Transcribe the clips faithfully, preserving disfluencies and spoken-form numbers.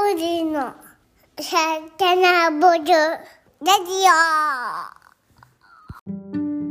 グリのサタナボルラジオ。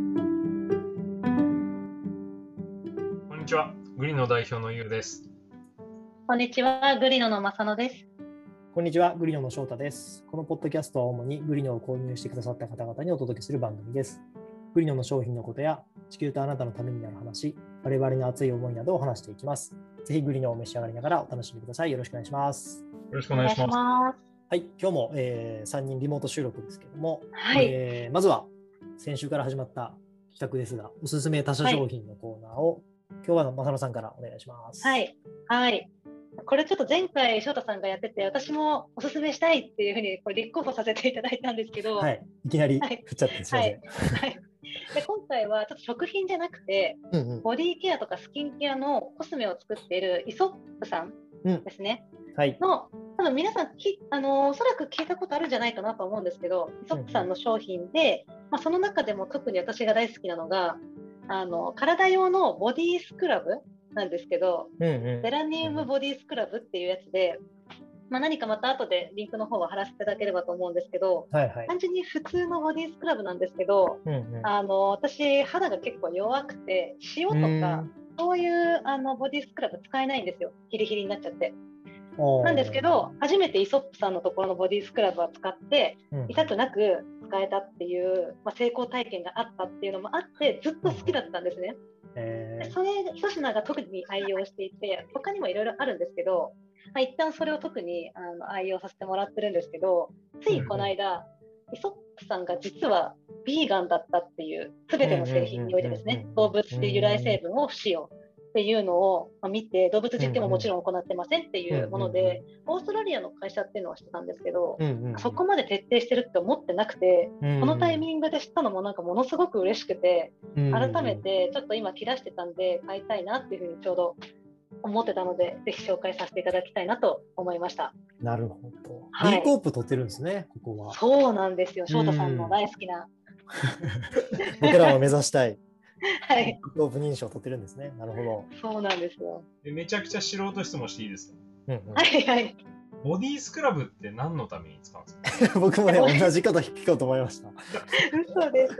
こんにちは、グリノ代表のゆうです。 こんにちは、グリノの正野です。 こんにちは、グリノの翔太です。このポッドキャストは主にグリノを購入してくださった方々にお届けする番組です。グリノの商品のことや地球とあなたのためになる話、我々の熱い思いなどを話していきます。ぜひグリノを召し上がりながらお楽しみください。よろしくお願いします。 よろしくお願いします。 ます。 はい、今日も、えー、さんにんリモート収録ですけども、 はいえー、まずは先週から始まった企画ですが、おすすめ他社商品のコーナーを、はい、今日は正野さんからお願いします。 はい、はい。これちょっと前回翔太さんがやってて、私もおすすめしたいっていうふうにこれ立候補させていただいたんですけど、 はい、いきなり振っちゃって、はい、すみません。 はいはい、で今回はちょっと食品じゃなくて、うんうん、ボディケアとかスキンケアのコスメを作っているイソップさんですね、 うん、はい、 の多分皆さんきあのおそらく聞いたことあるんじゃないかなと思うんですけど、イソップさんの商品で、うんうん、まあ、その中でも特に私が大好きなのがあの体用のボディスクラブなんですけど、うんうん、ゼラニウムボディスクラブっていうやつで、まあ、何かまた後でリンクの方は貼らせていただければと思うんですけど、はいはい、単純に普通のボディスクラブなんですけど、うんうん、あの私肌が結構弱くて塩とかそういうあのボディスクラブ使えないんですよ。ヒリヒリになっちゃって。なんですけど、初めてイソップさんのところのボディスクラブを使って痛くなく使えたっていう、まあ、成功体験があったっていうのもあってずっと好きだったんですね。でそれ一品が特に愛用していて、他にもいろいろあるんですけど、まあ、一旦それを特にあの愛用させてもらってるんですけど、ついこの間、イソップさんが実はビーガンだったっていう、すべての製品においてですね、動物で由来成分を不使用っていうのを見て、動物実験ももちろん行ってませんっていうもので、オーストラリアの会社っていうのは知ってたんですけど、そこまで徹底してるって思ってなくて、このタイミングで知ったのもなんかものすごく嬉しくて、改めてちょっと今切らしてたんで買いたいなっていうふうにちょうど思ってたので、ぜひ紹介させていただきたいなと思いました。 なるほど。はい、B コープ取ってるんですね、ここは。 そうなんですよ。翔太さんの大好きな。 僕らも目指したい。 はい。 B コープ認証を取ってるんですね。なるほど。 そうなんですよ。 めちゃくちゃ素人質問していいですか？ うんうん、はいはい。 ボディスクラブって何のために使うんですか？ 僕もね、同じこと聞こうと思いました。 嘘です。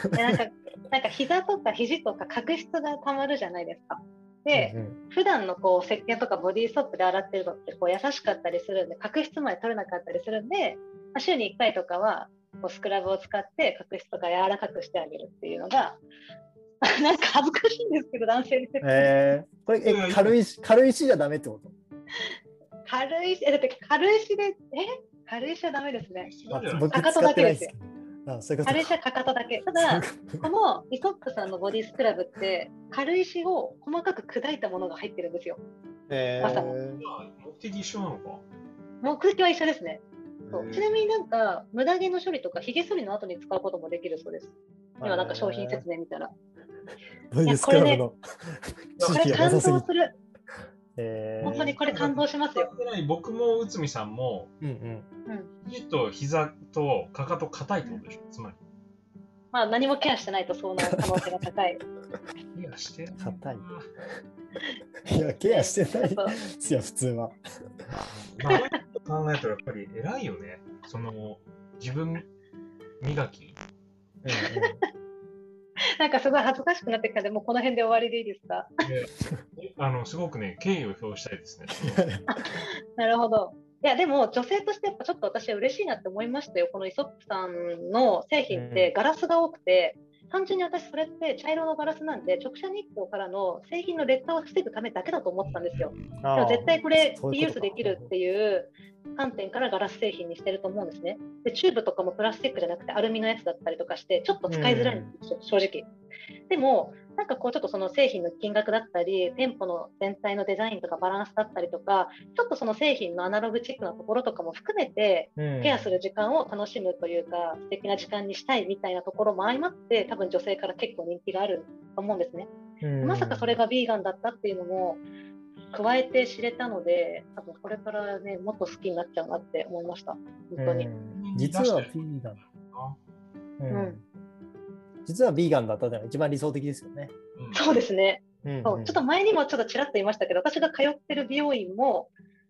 なんか、なんか膝とか肘とか角質がたまるじゃないですか。で、うんうん、普段のこう石鹸とかボディーソープで洗ってるのってこう優しかったりするんで、角質まで取れなかったりするんで、まあ、週にいっかいとかはこうスクラブを使って角質とか柔らかくしてあげるっていうのがなんか恥ずかしいんですけど、男性に。 えー、これえ軽石軽石じゃダメってこと？ 軽石、えだって軽石でえ軽石はダメですね。 かかとだけですよ。 あ、そういうこと。 軽石はかかとだけ。ただこのイソップさんのボディスクラブって軽石を細かく砕いたものが入ってるんですよ。 えー、 目的一緒なのか？ 目的は一緒ですね。そうちなみになんか無駄毛の処理とかひげ剃りの後に使うこともできるそうです。今なんか商品説明見たら。 ボディスクラブの知識がなさすぎて。これ感動する。 えー、 本当にこれ感動しますよ。 僕も内海さんも、 うんうん肘と膝とかかと硬いってことでしょ、つまり。 まあ何もケアしてないとそうなる可能性が高い。 ケアしてない。 硬い。いや、ケアしてないですよ、普通は。 まあ、考えたらやっぱり偉いよね。その、自分磨き。 うんうんなんかすごい恥ずかしくなってきたので、もうこの辺で終わりでいいですか？ あのすごくね、敬意を表したいですね。 なるほど。いやでも女性としてやっぱちょっと私は嬉しいなって思いましたよ。このイソップさんの製品ってガラスが多くて、うん、単純に私それって茶色のガラスなんで直射日光からの製品の劣化を防ぐためだけだと思ってたんですよ。でも絶対これリユースできるっていう観点からガラス製品にしてると思うんですね。でチューブとかもプラスチックじゃなくてアルミのやつだったりとかしてちょっと使いづらいんですよ、うん、正直。でもなんかこうちょっとその製品の金額だったり店舗の全体のデザインとかバランスだったりとかちょっとその製品のアナログチックなところとかも含めてケアする時間を楽しむというか素敵な時間にしたいみたいなところも相まって多分女性から結構人気があると思うんですね。まさかそれがビーガンだったっていうのも加えて知れたので多分これからねもっと好きになっちゃうなって思いました本当に。 実はビーガン、うんうん、実はビーガンだったのが一番理想的ですよね。 そうですね、 うんうん、 そうちょっと前にもちょっとちらっと言いましたけど私が通ってる美容院も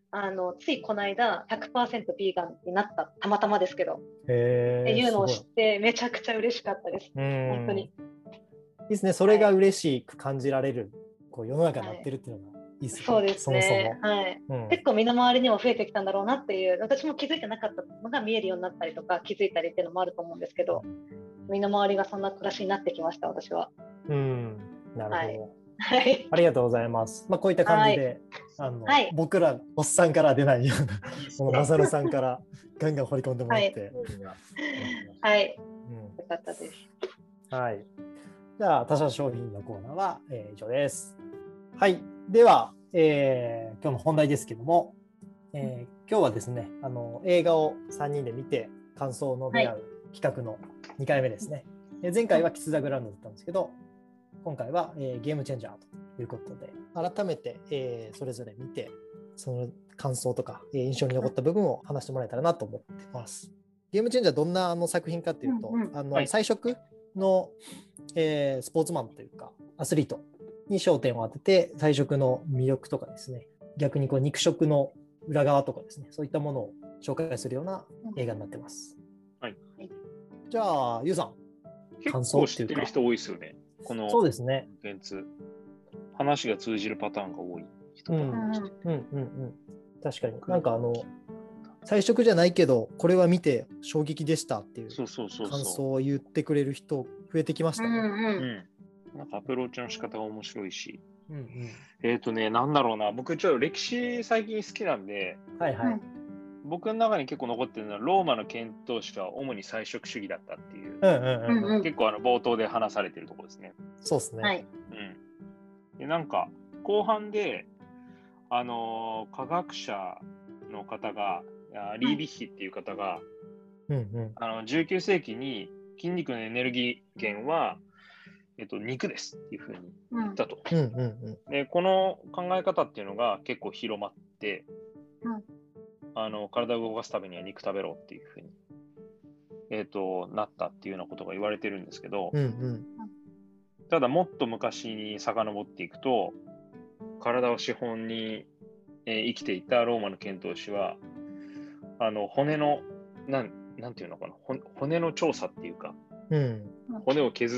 あのついこの間 ひゃくパーセント ビーガンになった、たまたまですけど、 へっていうのを知ーすってめちゃくちゃ嬉しかったです。 ごい。うん本当に。 いいですね。それが嬉しく感じられる、こう世の中になってるっていうのがいいですね。 そうですね。 そもはい。 そも。うん結構身の回りにも増えてきたんだろうなっていう、私も気づいてなかったのが見えるようになったりとか、気づいたりっていうのもあると思うんですけど、身の回りがそんな暮らしになってきました、私は。 うん、なるほど。 はいはい。 ありがとうございます。まあ、こういった感じで、あのはい僕らおっさんから出ないような、このマサルさんからガンガン掘り込んでもらって。 はい。 うんよかったです。 はい。じゃあ、他社商品のコーナーは、えー以上です。はい。では、えー今日の本題ですけども、えー今日はですね、あの映画をさんにんで見て感想を述べ合う企画のにかいめですね。えー前回はキス・ザ・グラウンドだったんですけど、今回は、えーゲームチェンジャーということで、改めて、えーそれぞれ見て、その感想とか、えー印象に残った部分を話してもらえたらなと思ってます。ゲームチェンジャーどんなあの作品かっていうと、 うんうんあのはい彩色の、えースポーツマンというかアスリートに焦点を当てて彩色の魅力とかですね、逆にこう肉食の裏側とかですね、そういったものを紹介するような映画になってます。 はい。 じゃあゆうさん、 結感想構っていうか知ってる人多いですよね。このそうですね。 コンテンツ。話が通じるパターンが多い人とか。 うんうんうんうん確かになんかあの彩色じゃないけどこれは見て衝撃でしたっていうそうそうそう感そ想を言ってくれる人増えてきましたね。 うんうんう。うん。なんかアプローチの仕方が面白いし。 うんうんえっ、ー、とね、なんだろうな。僕ちょっと歴史最近好きなんで、 はいはい。 僕の中に結構残ってるのは、ローマの遣唐使は主に彩色主義だったっていう、 うんうんうんうんうん結構あの冒頭で話されてるところですね。 そうですね。 はい。 うん。で、なんか、後半で、あのー科学者の方が、あリービッヒっていう方が、 うんうんあのじゅうきゅう世紀に筋肉のエネルギー源は、えっと、肉ですっていうふうに言ったと。 うんうんうんで、この考え方っていうのが結構広まって、 うんあの体を動かすためには肉食べろっていうふうに、えっと、なったっていうようなことが言われてるんですけど、 うんうんただもっと昔に遡っていくと、体を資本に、えー生きていたローマの遣唐使は、あの骨のなんなんていうのかな、ほ骨の調査っていうか、 うん骨を削って、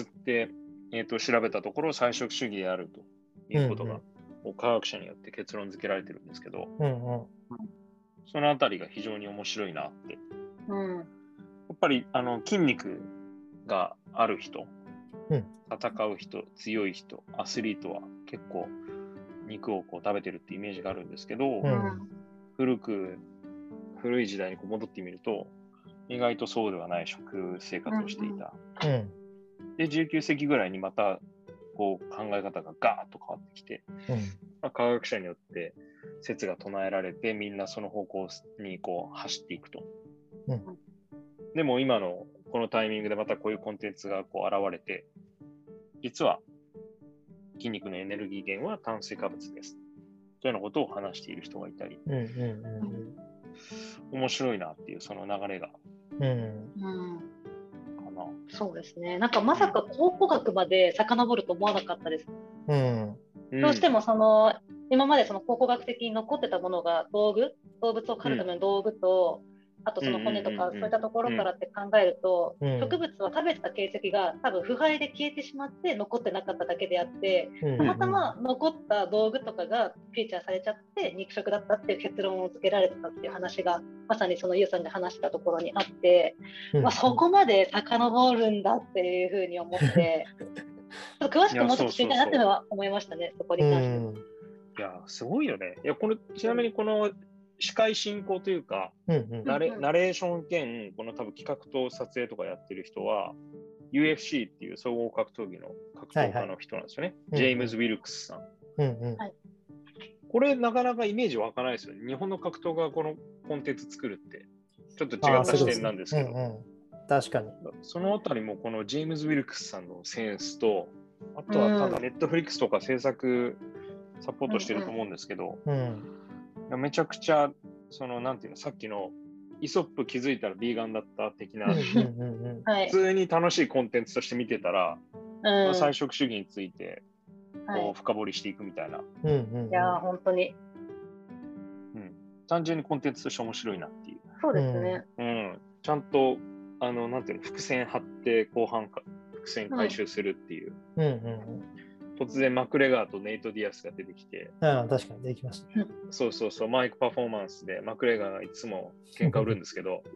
えー、と調べたところ彩色主義であるということが、 うん科学者によって結論付けられてるんですけど、 うんうんそのあたりが非常に面白いなって。 うんやっぱりあの筋肉がある人、 うん戦う人、強い人、アスリートは結構肉をこう食べてるってイメージがあるんですけど、 うん古く古い時代にこう戻ってみると意外とそうではない食生活をしていた。 うんでじゅうきゅう世紀ぐらいにまたこう考え方がガーッと変わってきて、 うんまあ、科学者によって説が唱えられてみんなその方向にこう走っていくと。 うんでも今のこのタイミングでまたこういうコンテンツがこう現れて、実は筋肉のエネルギー源は炭水化物ですというようなことを話している人がいたり、 うんうん面白いなっていうその流れがうんうんうんかな。 そうですね。なんかまさか考古学まで遡ると思わなかったです。 うんどうしてもその今までその考古学的に残ってたものが道具、動物を狩るための道具と、あとその骨とかうんうんうんうんそういったところからって考えると、 うん植物は食べてた形跡が多分腐敗で消えてしまって残ってなかっただけであって、 うんたまたま残った道具とかがフィーチャーされちゃって肉食だったっていう結論をつけられてたっていう話がまさにそのユウさんが話したところにあって、 うんまあ、そこまで遡るんだっていうふうに思ってちょっと詳しくもうちょっと知りたいなっていうのは思いましたね、そこに関しては。 いや、すごいよね。いや、これ、ちなみにこの司会進行というか、 うんうんナレうんうんナレーション兼、この多分企画と撮影とかやってる人は、ユーエフシー っていう総合格闘技の格闘家の人なんですよね。 はいはいジェームズ・ウィルクスさん。 うんうんこれ、なかなかイメージ湧かないですよね。日本の格闘家がこのコンテンツ作るって、ちょっと違った視点なんですけど、 うんうん確かに。 そのあたりもこのジェームズ・ウィルクスさんのセンスと、あとは多分ネットフリックスとか制作サポートしてると思うんですけど、 うんめちゃくちゃ、その、なんていうの、さっきのイソップ気づいたらビーガンだった的な、 うん普うんうんはい、 通に楽しいコンテンツとして見てたら、 うん、 菜食主義についてはいこう深掘りしていくみたいな。 うんうんうんいやー本当に、 うん、 単純にコンテンツとして面白いなっていう。 そうですね。 うん、ちゃんとあのなんていうの、伏線張って後半か伏線回収するっていう、 うんうんうん突然マクレガーとネイト・ディアスが出てきて、 ああ確かにできましたね。 そうそうそう、マイクパフォーマンスでマクレガーがいつも喧嘩売るんですけど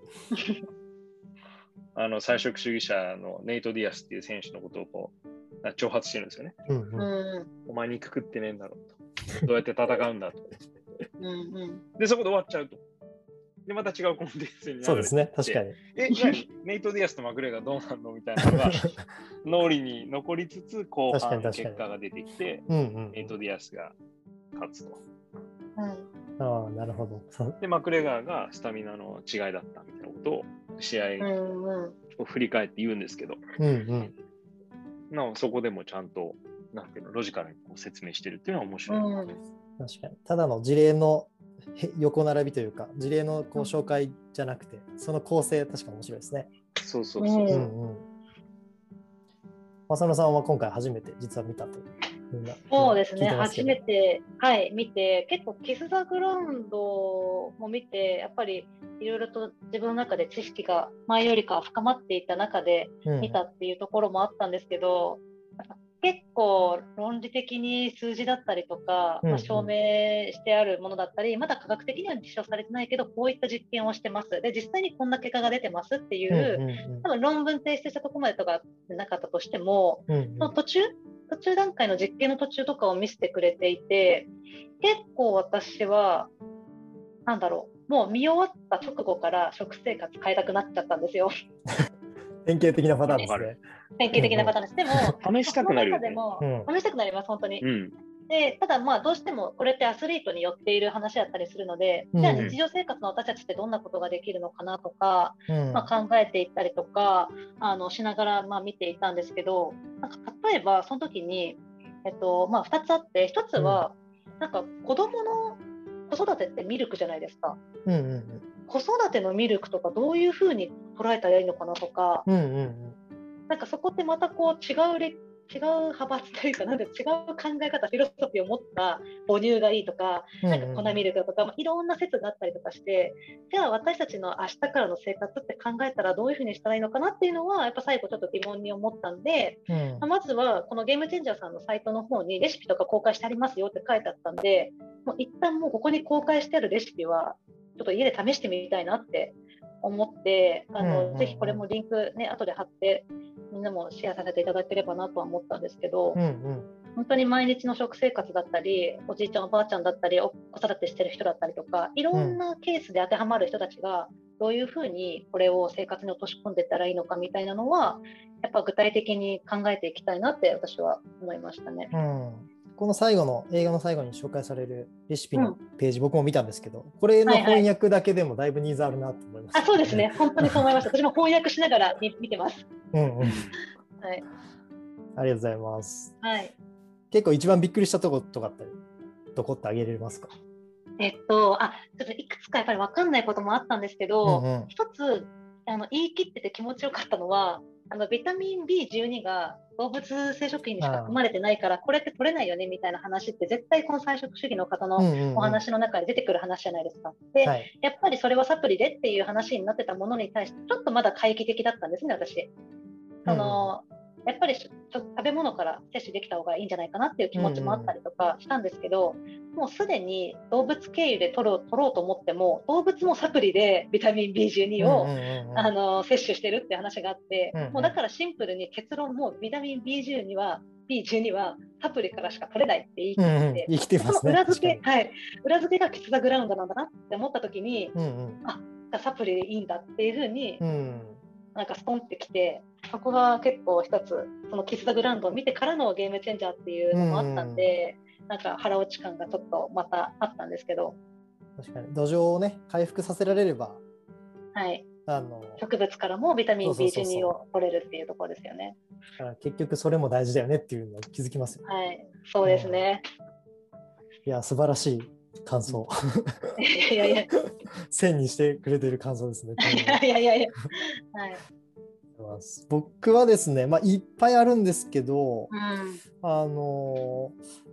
あの菜食主義者のネイト・ディアスっていう選手のことをこう挑発してるんですよね。 うんうんうんお前肉食ってねえんだろうと。どうやって戦うんだと。 うんうんで、そこで終わっちゃうと。で、また違うコンテンツになる。 そうですね、確かに。 え、何ネイト・ディアスとマクレガーどうなんのみたいなのが脳裏に残りつつ、後確かに半確かに結果が出てきて、 うんうんネイト・ディアスが勝つと。 うんああ、なるほど。そうで、マクレガーがスタミナの違いだったみたいなことを試合うんうんを振り返って言うんですけど、 うんうんなおそこでもちゃんとなんていうのロジカルにこう説明してるっていうのは面白い。 うん確かに。ただの事例のへ横並びというか、事例のこう紹介じゃなくて、その構成、確か面白いですね。 そうそうそう。 うんうんうん。浅野さんは今回初めて実は見たというふうなそうですね、 聞いてますけど初めて、はい、見て、結構、キス・ザ・グラウンドも見て、やっぱりいろいろと自分の中で知識が前よりかは深まっていった中でうん見たっていうところもあったんですけど、なんか結構論理的に数字だったりとか、 うんうんまあ、証明してあるものだったり、まだ科学的には実証されてないけど、こういった実験をしてます。で、実際にこんな結果が出てますっていうんう、 うん多分論文提出したところまでとかなかったとしても、 うんうんその途中途中段階の実験の途中とかを見せてくれていて、結構私は、なんだろう、もう見終わった直後から食生活変えたくなっちゃったんですよ。 典型的なパターンですね。 典型的なパターンです。でも、 試したくなるよねその中でも、 うん試したくなります、本当に。 うん。 でただ、まあ、どうしてもこれってアスリートによっている話だったりするので、 うんじゃあ日常生活の私たちってどんなことができるのかなとか、 うんまあ、考えていったりとかあのしながらまあ見ていたんですけど、なんか例えばその時に、えっとまあ、ふたつあって、ひとつは、なんか子供の子育てってミルクじゃないですか。 うんうん子育てのミルクとかどういうふうに捉えたらいいのかなとか、 うんうんうんなんかそこってまたこう違うれ違う派閥というか、なんで違う考え方、フィロソフィーを持った母乳がいいとか、 うんなんか粉ミルクとか、まあ、いろんな説があったりとかして、じゃあ私たちの明日からの生活って考えたらどういうふうにしたらいいのかなっていうのは、やっぱ最後ちょっと疑問に思ったんで、 うんまあまずはこのゲームチェンジャーさんのサイトの方にレシピとか公開してありますよって書いてあったんで、もう一旦もうここに公開してあるレシピはちょっと家で試してみたいなって思って、あの、 うんうんうんぜひこれもリンクね後で貼ってみんなもシェアさせていただければなとは思ったんですけど、 うんうん本当に毎日の食生活だったり、おじいちゃんおばあちゃんだったり、お子育てしてる人だったりとか、いろんなケースで当てはまる人たちがどういうふうにこれを生活に落とし込んでいったらいいのかみたいなのは、やっぱ具体的に考えていきたいなって私は思いましたね。 うんこの最後の映画の最後に紹介されるレシピのうんページ、僕も見たんですけど、これの翻訳だけでもだいぶニーズあるなと思います、 あ、そうですね。本当にそう思いました。私も翻訳しながら見見てます。 うんうん。 はい。 ありがとうございます。 はい。 結構一番びっくりしたところとかってどこってあげれますか？ えっと、あ、ちょっといくつかやっぱり分かんないこともあったんですけど、 うんうん一つあの言い切ってて気持ちよかったのは、あのビタミン ビーじゅうに が動物性食品にしか含まれてないから、これって取れないよねみたいな話って絶対この菜食主義の方のうんうんうんお話の中で出てくる話じゃないですか。で、 はいやっぱりそれはサプリでっていう話になってたものに対してちょっとまだ懐疑的だったんですね、私。そのやっぱりちょ食べ物から摂取できた方がいいんじゃないかなっていう気持ちもあったりとかしたんですけど、もうすでに動物経由で取ろう、取ろうと思っても動物もサプリでビタミン ビーじゅうに を、 うんうんうんうんあの摂取してるって話があって、 うんうんもうだからシンプルに結論もビタミン ビーじゅうに は ビーじゅうに はサプリからしか取れないって言い切うんうんって、 生きてますね。 その裏付け、 確かはい、裏付けがキス・ザ・グラウンドなんだなって思った時に、 にうんうんサプリでいいんだっていうふうにうんなんかストンってきて、そこが結構一つ、そのキス・ザ・グラウンドを見てからのゲームチェンジャーっていうのもあったんで、なんか腹落ち感がちょっとまたあったんですけど、 確かに土壌をね回復させられればはい、 あの植物からもビタミン ビーじゅうにそうそうそうそうを取れるっていうところですよね。 だから結局それも大事だよねっていうのを気づきますよね。 はい、そうですね。 いや素晴らしい感想。 いやいやい線にしてくれてる感想ですね。 やいやいやいや、はい、 僕はですね、まあ、いっぱいあるんですけど、 うん、 あの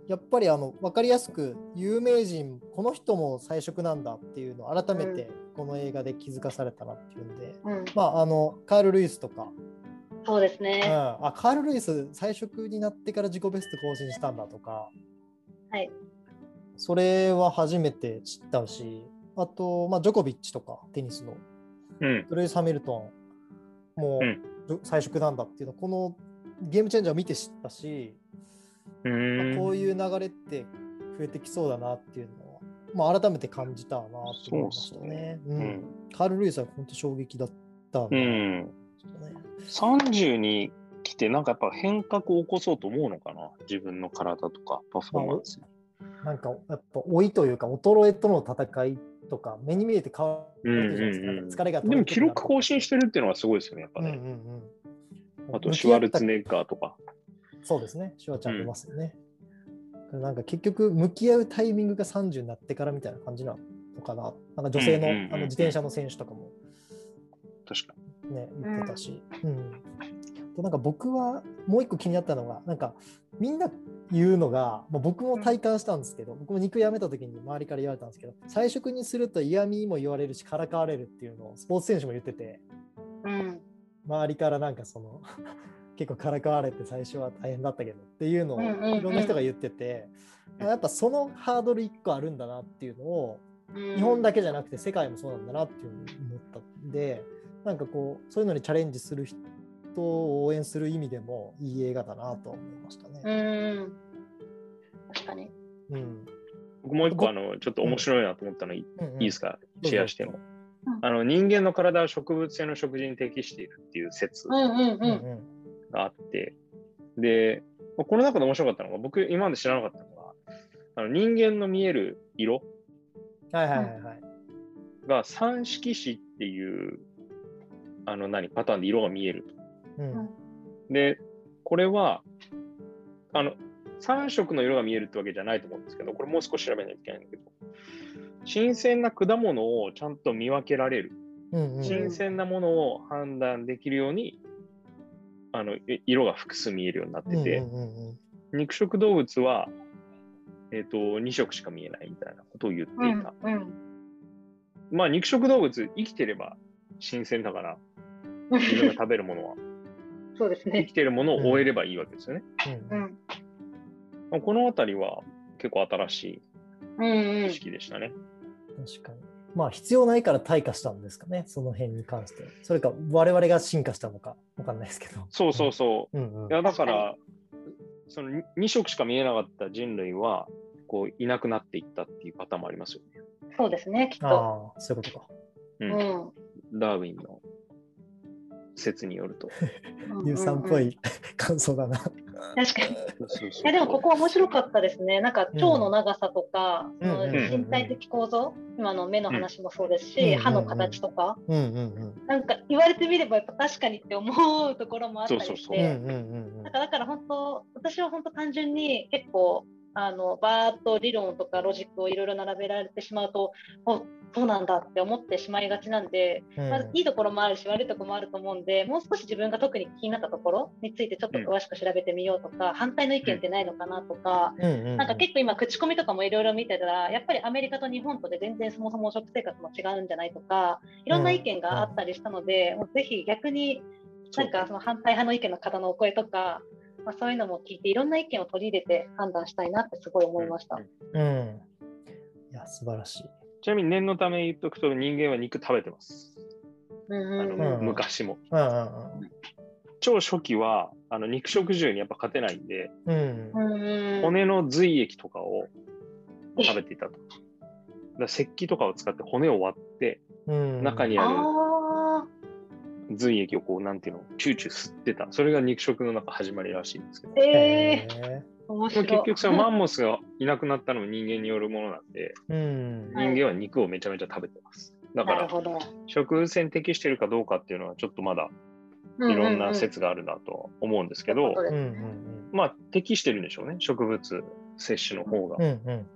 やっぱりあの分かりやすく有名人この人も菜食なんだっていうのを改めてこの映画で気づかされたなっていうんで、 うん、 まああのカール・ルイスとか、 そうですうん、 ね。 あカール・ルイス菜食になってから自己ベスト更新したんだとか、 はい。 それは初めて知ったし、あと、まあ、ジョコビッチとかテニスのうん。 ルイス・ハミルトンもうん菜食なんだっていうのをこのゲームチェンジャーを見て知ったし、 うまあーんこういう流れって増えてきそうだなっていうのは、まあ、改めて感じたなと思いましたね。ううんんカール・ルイスは本当衝撃だったんだな、 うん。 ね。 さんじゅうに来て、なんかやっぱ変革を起こそうと思うのかな、自分の体とかパフォーマンスに。 なんかやっぱ老いというか衰えとの戦いとか目に見えて変わうんるじゃないですか。 うんなんか疲れがうん、でも記録更新してるるっていうのはすごいですよね、やっぱうんうね。 んうんあと、シュワルツェネッガーとか。 そうですね、シュワちゃん出ますよね。なんか結局向き合うタイミングがさんじゅうになってからみたいな感じなのかな。なんか女性の、 うんうんうんうんあの自転車の選手とかも確かね言ってたし、うんでなんか僕はもう一個気になったのが、なんかみんな言うのが、まあ、僕も体感したんですけど、僕も肉やめた時に周りから言われたんですけど、菜食にすると嫌味も言われるしからかわれるっていうのをスポーツ選手も言ってて、 うん。 周りからなんかその結構からかわれて最初は大変だったけどっていうのをうんうんうんいろんな人が言ってて、やっぱそのハードルいっこあるんだなっていうのをうん、 日本だけじゃなくて世界もそうなんだなっていうふうに思ったんで、なんかこうそういうのにチャレンジする人を応援する意味でもいい映画だなと思いましたね。 うん。確かに。 うん僕もう一個、あの、ちょっと面白いなと思ったのいいうんうんいですか、シェアしても。 うんあの、人間の体は植物性の食事に適しているっていう説うんうんうんうん。 うんがあって、で、この中で面白かったのが、僕今まで知らなかったのが、あの人間の見える色はいはいはいはい。 が三色子っていうあの何パターンで色が見えると。 うんで、これはあのさん色の色が見えるってわけじゃないと思うんですけど、これもう少し調べないといけないんだけど、新鮮な果物をちゃんと見分けられる、 うんうん新鮮なものを判断できるようにあのえ色が複数見えるようになってて、 うんうんうん肉食動物は、えー、とに色しか見えないみたいなことを言っていた。 うんうんまあ肉食動物生きてれば新鮮だから自分が食べるものはそうですね生き。てるものを終えればいいわけですよね。 ううんんまあこのあたりは結構新しいうんうん意。識でしたね。 確かに。まあ必要ないから退化したんですかね、その辺に関して。それか我々が進化したのかわかんないですけど。 そうそうそう。 うんうんいやだからそのに色しか見えなかった人類はこういなくなっていったっていうパターンもありますよね。 そうですね、きっと。 ああ、そういうことか。 う、 うんんダーウィンの説によると。 ユウさんっぽい感想だな。 確かに。 そうそうそういやでもここ面白かったですね。なんか腸の長さとか、 うんその身体的構造、今の目の話もそうですし、 うん歯の形とか、 うんうんうん。 なんか言われてみればやっぱ確かにって思うところもあったりして、 そうそううんうんうんなんかだから本当、私は本当単純に結構あのバーッと理論とかロジックをいろいろ並べられてしまうと、おそうなんだって思ってしまいがちなんで、 うん。 まあ、いいところもあるし悪いところもあると思うんで、もう少し自分が特に気になったところについてちょっと詳しく調べてみようとか、反対の意見ってないのかなとか、 うんうんうん、 なんか結構今口コミとかもいろいろ見てたら、やっぱりアメリカと日本とで全然そもそも食生活も違うんじゃないとか、いろんな意見があったりしたので、もうぜひ逆になんかその反対派の意見の方のお声とか、まあ、そういうのも聞いていろんな意見を取り入れて判断したいなってすごい思いました。 うんうん。いや、素晴らしい。 ちなみに念のため言っとくと人間は肉食べてます。 うんあうんのうん昔も。 うんうん超初期はあの肉食獣にやっぱ勝てないんで、 うん。うんうんうん、 骨の髄液とかを食べていたと。だから石器とかを使って骨を割って、 うん。 中にあるあ髄液をこう、なんていうの、チューチュー吸ってた。それが肉食の中始まりらしいんですけど。 ー、えへー、面もう白い。 結局そのマンモスがいなくなったのも人間によるものなんで、 ーうん。 はい人間は肉をめちゃめちゃ食べてます。だからなるほど。 植物性に適しているかどうかっていうのはちょっとまだいろんな説があるなと思うんですけど、 うんうんうんうんうんまあ適してるんでしょうね、植物摂取の方が。 うん。うんうんうん。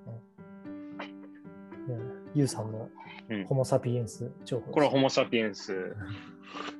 ユウさんのうんホモ・サピエンス情報です。 これはホモ・サピエンス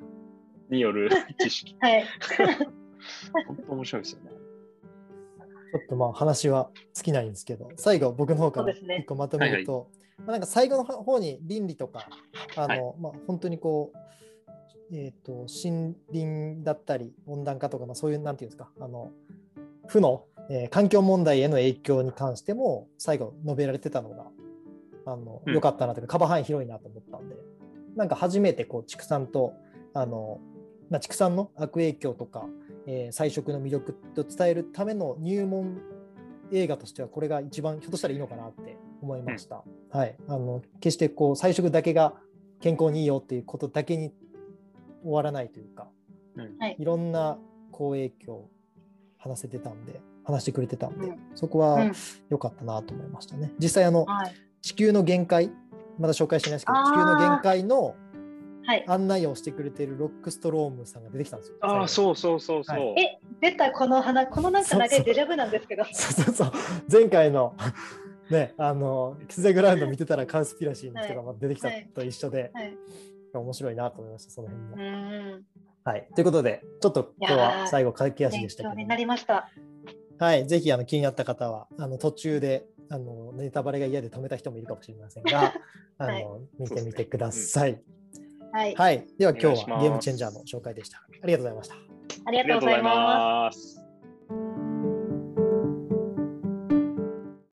による知識。 はい。 本当面白いですよね。 ちょっとまあ話は尽きないんですけど、最後僕の方からそうですね一個まとめると、まあ、なんか最後の方に倫理とか、あの、 はいまあ、本当にこう、えー、と森林だったり温暖化とか、まあ、そういうなんていうんですか、あの負の、えー環境問題への影響に関しても最後述べられてたのがあの、 うん良かったなというか、カバー範囲広いなと思ったんで、なんか初めてこう畜産とあの、まあ、畜産の悪影響とか、えー菜食の魅力と伝えるための入門映画としてはこれが一番ひょっとしたらいいのかなって思いました。うん、はい、あの決してこう菜食だけが健康にいいよっていうことだけに終わらないというか、 うん、 いろんな好影響を話せてたんで、話してくれてたんで、 うん、 そこはうん良かったなと思いましたね。実際あの、 はい、 地球の限界、まだ紹介してないですけど、 あー地球の限界のはい、 案内をしてくれているロックストロームさんが出てきたんですよ。 ああ、そうそうそうそう。 はいえ、出たこの花、このなんか長そうそういデジャブなんですけど。 そうそうそう、前回のね、あのキズ・ザ・グラウンド見てたらカウスピラシーの人がまあ出てきたと一緒で、 はい、 面白いなと思いました、その辺も。 うーん、 はい、ということで、ちょっと今日は最後駆け足でしたけど、 勉強になりました。 はい、ぜひあの気になった方はあの途中であのネタバレが嫌で止めた人もいるかもしれませんが、あの、はい、見てみてください。はい、はい、では今日はゲームチェンジャーの紹介でした。ありがとうございました。 ありがとうございます。